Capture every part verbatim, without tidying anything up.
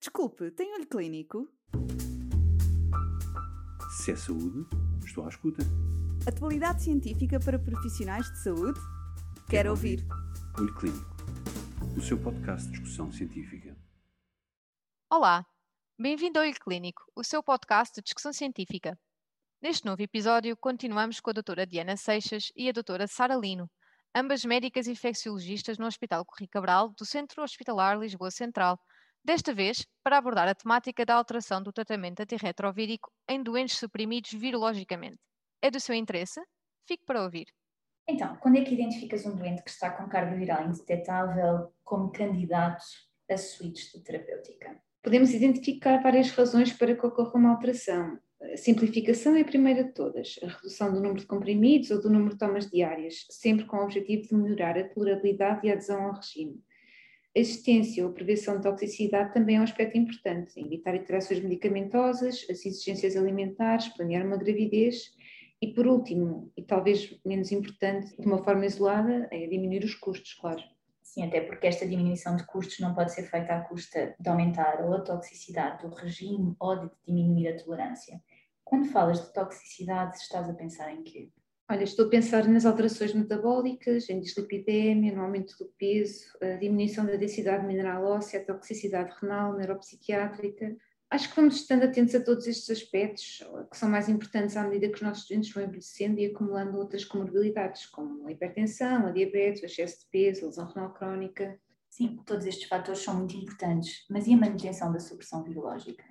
Desculpe, tem olho clínico? Se é saúde, estou à escuta. Atualidade científica para profissionais de saúde? Quero, Quero ouvir. ouvir. Olho Clínico, o seu podcast de discussão científica. Olá, bem-vindo ao Olho Clínico, o seu podcast de discussão científica. Neste novo episódio, continuamos com a doutora Diana Seixas e a doutora Sara Lino, ambas médicas infecciologistas no Hospital Corri Cabral do Centro Hospitalar Lisboa Central, desta vez para abordar a temática da alteração do tratamento antirretrovírico em doentes suprimidos virologicamente. É do seu interesse? Fique para ouvir. Então, quando é que identificas um doente que está com carga viral indetetável como candidato a switch de terapêutica? Podemos identificar várias razões para que ocorra uma alteração. A simplificação é a primeira de todas, a redução do número de comprimidos ou do número de tomas diárias, sempre com o objetivo de melhorar a tolerabilidade e a adesão ao regime. A existência ou a prevenção de toxicidade também é um aspecto importante, evitar interações medicamentosas, as exigências alimentares, planear uma gravidez e, por último, e talvez menos importante, de uma forma isolada, é diminuir os custos, claro. Sim, até porque esta diminuição de custos não pode ser feita à custa de aumentar ou a toxicidade do regime ou de diminuir a tolerância. Quando falas de toxicidade, estás a pensar em quê? Olha, estou a pensar nas alterações metabólicas, em dislipidemia, no aumento do peso, a diminuição da densidade mineral óssea, a toxicidade renal, neuropsiquiátrica. Acho que vamos estando atentos a todos estes aspectos, que são mais importantes à medida que os nossos doentes vão envelhecendo e acumulando outras comorbilidades, como a hipertensão, a diabetes, o excesso de peso, a lesão renal crónica. Sim, todos estes fatores são muito importantes, mas e a manutenção da supressão virológica?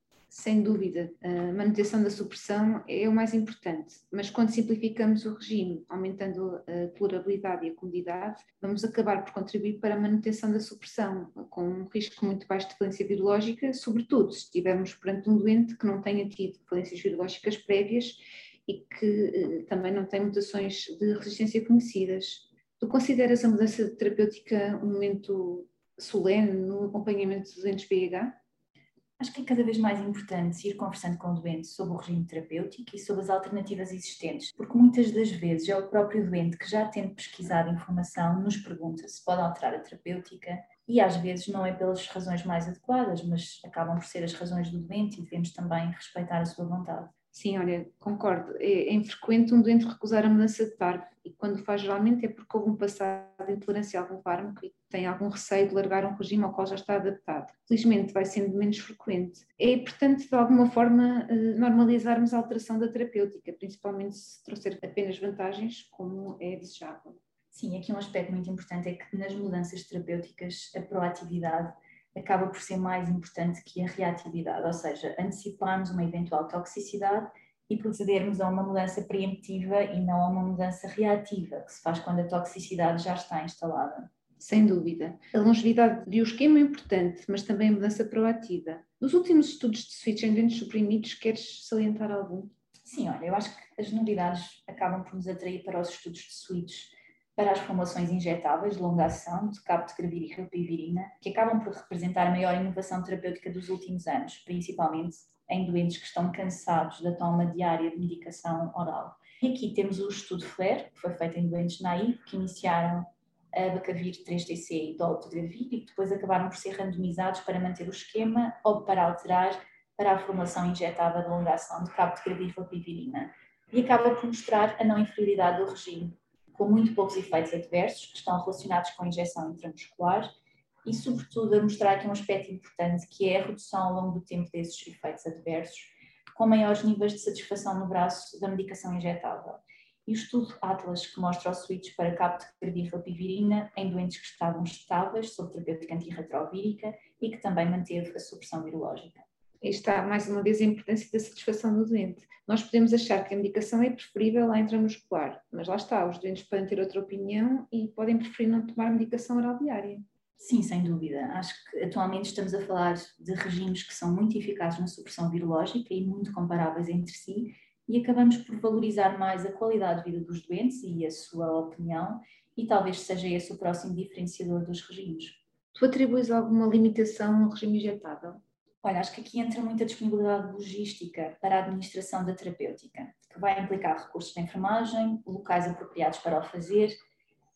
Sem dúvida, a manutenção da supressão é o mais importante, mas quando simplificamos o regime, aumentando a tolerabilidade e a comodidade, vamos acabar por contribuir para a manutenção da supressão, com um risco muito baixo de falência virológica, sobretudo se estivermos perante um doente que não tenha tido falências virológicas prévias e que eh, também não tem mutações de resistência conhecidas. Tu consideras a mudança terapêutica um momento solene no acompanhamento dos doentes B H? Acho que é cada vez mais importante ir conversando com o doente sobre o regime terapêutico e sobre as alternativas existentes, porque muitas das vezes é o próprio doente que, já tendo pesquisado informação, nos pergunta se pode alterar a terapêutica e às vezes não é pelas razões mais adequadas, mas acabam por ser as razões do doente e devemos também respeitar a sua vontade. Sim, olha, concordo. É, é infrequente um doente recusar a mudança de T A R V e quando faz geralmente é porque houve um passado de intolerância a algum fármaco e tem algum receio de largar um regime ao qual já está adaptado. Felizmente vai sendo menos frequente. É importante de alguma forma normalizarmos a alteração da terapêutica, principalmente se trouxer apenas vantagens, como é desejável. Sim, aqui um aspecto muito importante é que nas mudanças terapêuticas a proatividade acaba por ser mais importante que a reatividade, ou seja, anteciparmos uma eventual toxicidade e procedermos a uma mudança preemptiva e não a uma mudança reativa, que se faz quando a toxicidade já está instalada. Sem dúvida. A longevidade de bioesquema é importante, mas também a mudança proativa. Nos últimos estudos de switch em doentes suprimidos, queres salientar algum? Sim, olha, eu acho que as novidades acabam por nos atrair para os estudos de switch para as formulações injetáveis de longa ação, de captopril e rilpivirina, que acabam por representar a maior inovação terapêutica dos últimos anos, principalmente em doentes que estão cansados da toma diária de medicação oral. E aqui temos o estudo FLAIR, que foi feito em doentes naive, que iniciaram a Bacavir três T C e dolutegravir e que depois acabaram por ser randomizados para manter o esquema ou para alterar para a formulação injetável de longa ação de captopril e rilpivirina. E acaba por mostrar a não inferioridade do regime, com muito poucos efeitos adversos que estão relacionados com a injeção intramuscular e, sobretudo, a mostrar aqui um aspecto importante que é a redução ao longo do tempo desses efeitos adversos, com maiores níveis de satisfação no braço da medicação injetável. E o estudo Atlas, que mostra o switch para captopril e rilpivirina em doentes que estavam estáveis sob terapêutica antirretrovírica e que também manteve a supressão virológica. Aí está, mais uma vez, a importância da satisfação do doente. Nós podemos achar que a medicação é preferível à intramuscular, mas lá está, os doentes podem ter outra opinião e podem preferir não tomar medicação oral diária. Sim, sem dúvida. Acho que atualmente estamos a falar de regimes que são muito eficazes na supressão virológica e muito comparáveis entre si e acabamos por valorizar mais a qualidade de vida dos doentes e a sua opinião e talvez seja esse o próximo diferenciador dos regimes. Tu atribuis alguma limitação ao regime injetável? Olha, acho que aqui entra muita disponibilidade logística para a administração da terapêutica, que vai implicar recursos de enfermagem, locais apropriados para o fazer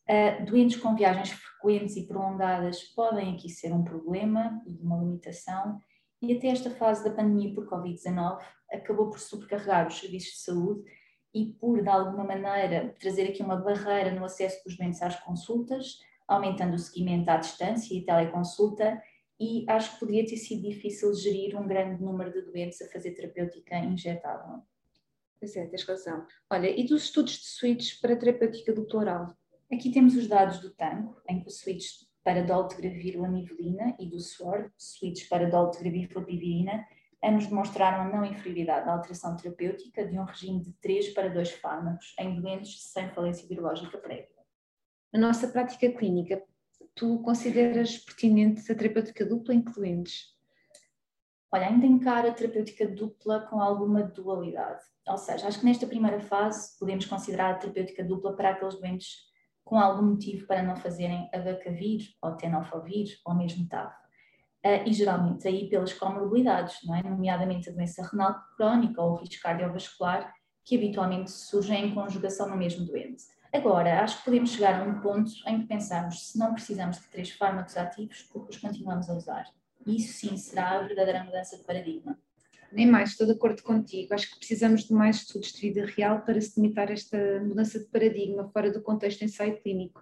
Uh, doentes com viagens frequentes e prolongadas podem aqui ser um problema e uma limitação, e até esta fase da pandemia por covid dezanove acabou por sobrecarregar os serviços de saúde e por, de alguma maneira, trazer aqui uma barreira no acesso dos doentes às consultas, aumentando o seguimento à distância e a teleconsulta, e acho que poderia ter sido difícil gerir um grande número de doentes a fazer terapêutica injetável. Pois é, tens razão. Olha, e dos estudos de switch para terapêutica dupla oral? Aqui temos os dados do TANGO, em que o switch para dolutegravir lamivodina e do SWORD, switch para dolutegravir flopivirina, ambos demonstraram a não inferioridade da alteração terapêutica de um regime de três para dois fármacos em doentes sem falência virológica prévia. Na nossa prática clínica, tu consideras pertinente a terapêutica dupla em que doentes? Olha, ainda encara a terapêutica dupla com alguma dualidade. Ou seja, acho que nesta primeira fase podemos considerar a terapêutica dupla para aqueles doentes com algum motivo para não fazerem abacavir ou tenofovir ou mesmo T A V. Uh, e geralmente aí pelas comorbilidades, não é? Nomeadamente a doença renal crónica ou o risco cardiovascular, que habitualmente surgem em conjugação no mesmo doente. Agora, acho que podemos chegar a um ponto em que pensamos se não precisamos de três fármacos ativos porque os continuamos a usar. E isso sim será a verdadeira mudança de paradigma. Nem mais, estou de acordo contigo. Acho que precisamos de mais estudos de vida real para se limitar esta mudança de paradigma fora do contexto de ensaio clínico,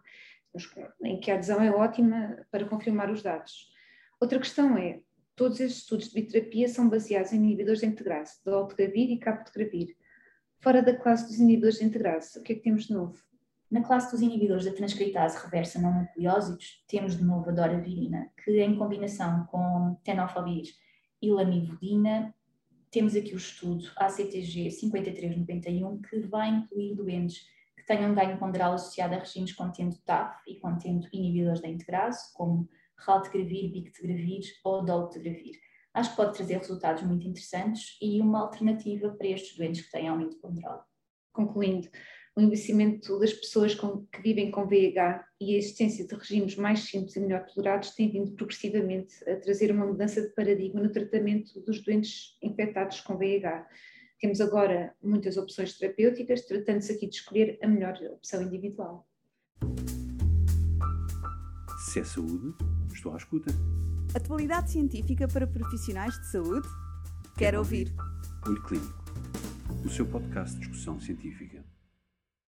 em que a adesão é ótima para confirmar os dados. Outra questão é, todos estes estudos de bioterapia são baseados em inibidores de integrase, dolutegravir e captotegravir. Fora da classe dos inibidores de integrase, o que é que temos de novo? Na classe dos inibidores da transcritase reversa não nucleósidos, temos de novo a doravirina, que em combinação com tenofovir e lamivudina, temos aqui o estudo A C T G cinco três nove um, que vai incluir doentes que tenham ganho ponderal associado a regimes contendo T A F e contendo inibidores da integrase, como raltegravir, bictegravir ou dolutegravir. Acho que pode trazer resultados muito interessantes e uma alternativa para estes doentes que têm aumento ponderal. Concluindo, o envelhecimento das pessoas com, que vivem com V I H e a existência de regimes mais simples e melhor tolerados tem vindo progressivamente a trazer uma mudança de paradigma no tratamento dos doentes infectados com V I H. Temos agora muitas opções terapêuticas, tratando-se aqui de escolher a melhor opção individual. Se é saúde, estou à escuta. Atualidade científica para profissionais de saúde? Quero ouvir. Olho Clínico, o seu podcast de discussão científica.